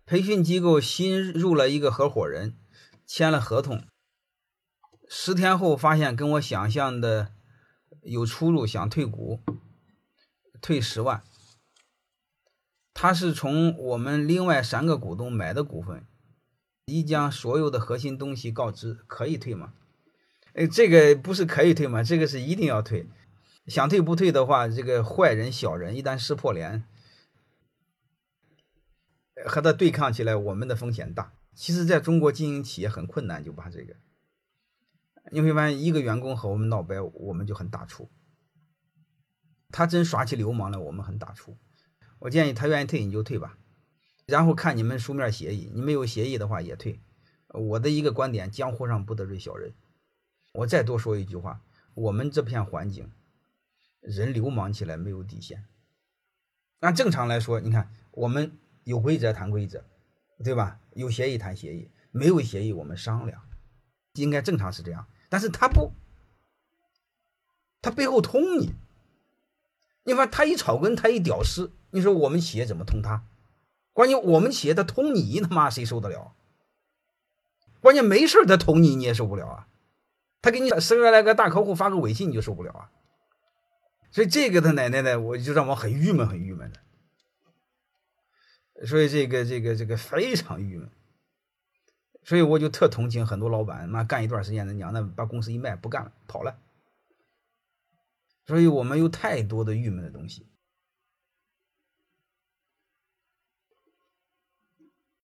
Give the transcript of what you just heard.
培训机构新入了一个合伙人，签了合同，10天后发现跟我想象的有出入，想退股，退10万。他是从我们另外3个股东买的股份，已将所有的核心东西告知，可以退吗？这个不是可以退吗？这个是一定要退。想退不退的话，这个坏人小人一旦撕破脸，和他对抗起来，我们的风险大。其实在中国经营企业很困难，就把这个，你会发现一个员工和我们闹掰，我们就很打怵。他真耍起流氓来，我们很打怵。我建议他愿意退你就退吧，然后看你们书面协议，你没有协议的话也退。我的一个观点，江湖上不得罪小人。我再多说一句话，我们这片环境人流氓起来没有底线。按正常来说，你看我们有规则谈规则，对吧？有协议谈协议，没有协议我们商量，应该正常是这样。但是他不，他背后通你。你发现他一草根，他一屌丝，你说我们企业怎么通他？关键我们企业他通你，他妈谁受得了？关键没事他通你，你也受不了啊。他给你生下来个大客户发个微信你就受不了啊。所以这个他奶奶的，我就让我很郁闷，很郁闷的。所以这个非常郁闷。所以我就特同情很多老板，那干一段时间的娘的把公司一卖不干了，跑了。所以我们有太多的郁闷的东西。